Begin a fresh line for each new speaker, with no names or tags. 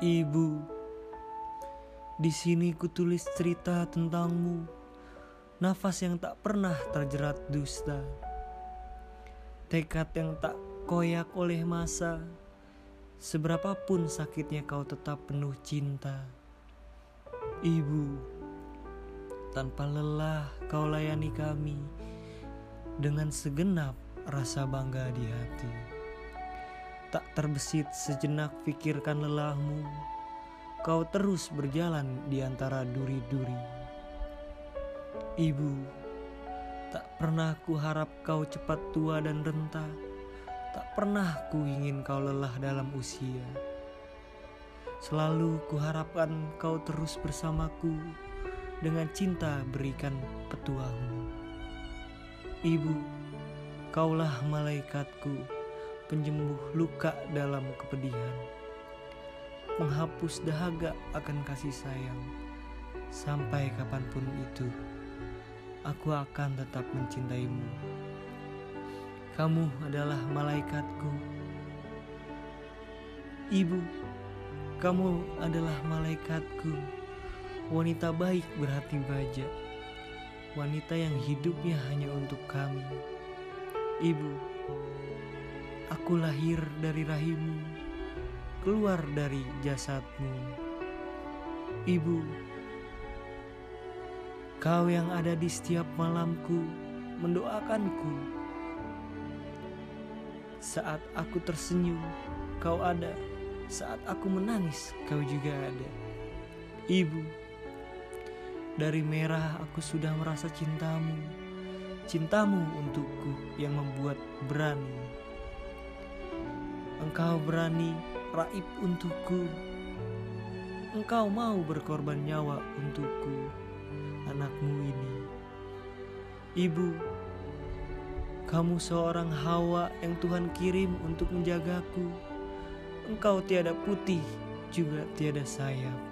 Ibu, di sini kutulis cerita tentangmu, nafas yang tak pernah terjerat dusta, tekad yang tak koyak oleh masa, seberapapun sakitnya kau tetap penuh cinta. Ibu, tanpa lelah kau layani kami dengan segenap rasa bangga di hati. Tak terbesit sejenak pikirkan lelahmu, kau terus berjalan di antara duri-duri. Ibu, tak pernah ku harap kau cepat tua dan renta, tak pernah ku ingin kau lelah dalam usia. Selalu ku harapkan kau terus bersamaku, dengan cinta berikan petuahmu. Ibu, kaulah malaikatku, penyembuh luka dalam kepedihan, penghapus dahaga akan kasih sayang. Sampai kapanpun itu, aku akan tetap mencintaimu. Kamu adalah malaikatku. Ibu, kamu adalah malaikatku, wanita baik berhati baja, wanita yang hidupnya hanya untuk kami. Ibu, aku lahir dari rahimmu, keluar dari jasadmu. Ibu, kau yang ada di setiap malamku, mendoakanku. Saat aku tersenyum, kau ada. Saat aku menangis, kau juga ada. Ibu, dari merah aku sudah merasa cintamu, cintamu untukku yang membuat berani. Engkau berani raib untukku, engkau mau berkorban nyawa untukku, anakmu ini. Ibu, kamu seorang Hawa yang Tuhan kirim untuk menjagaku. Engkau tiada putih, juga tiada sayap.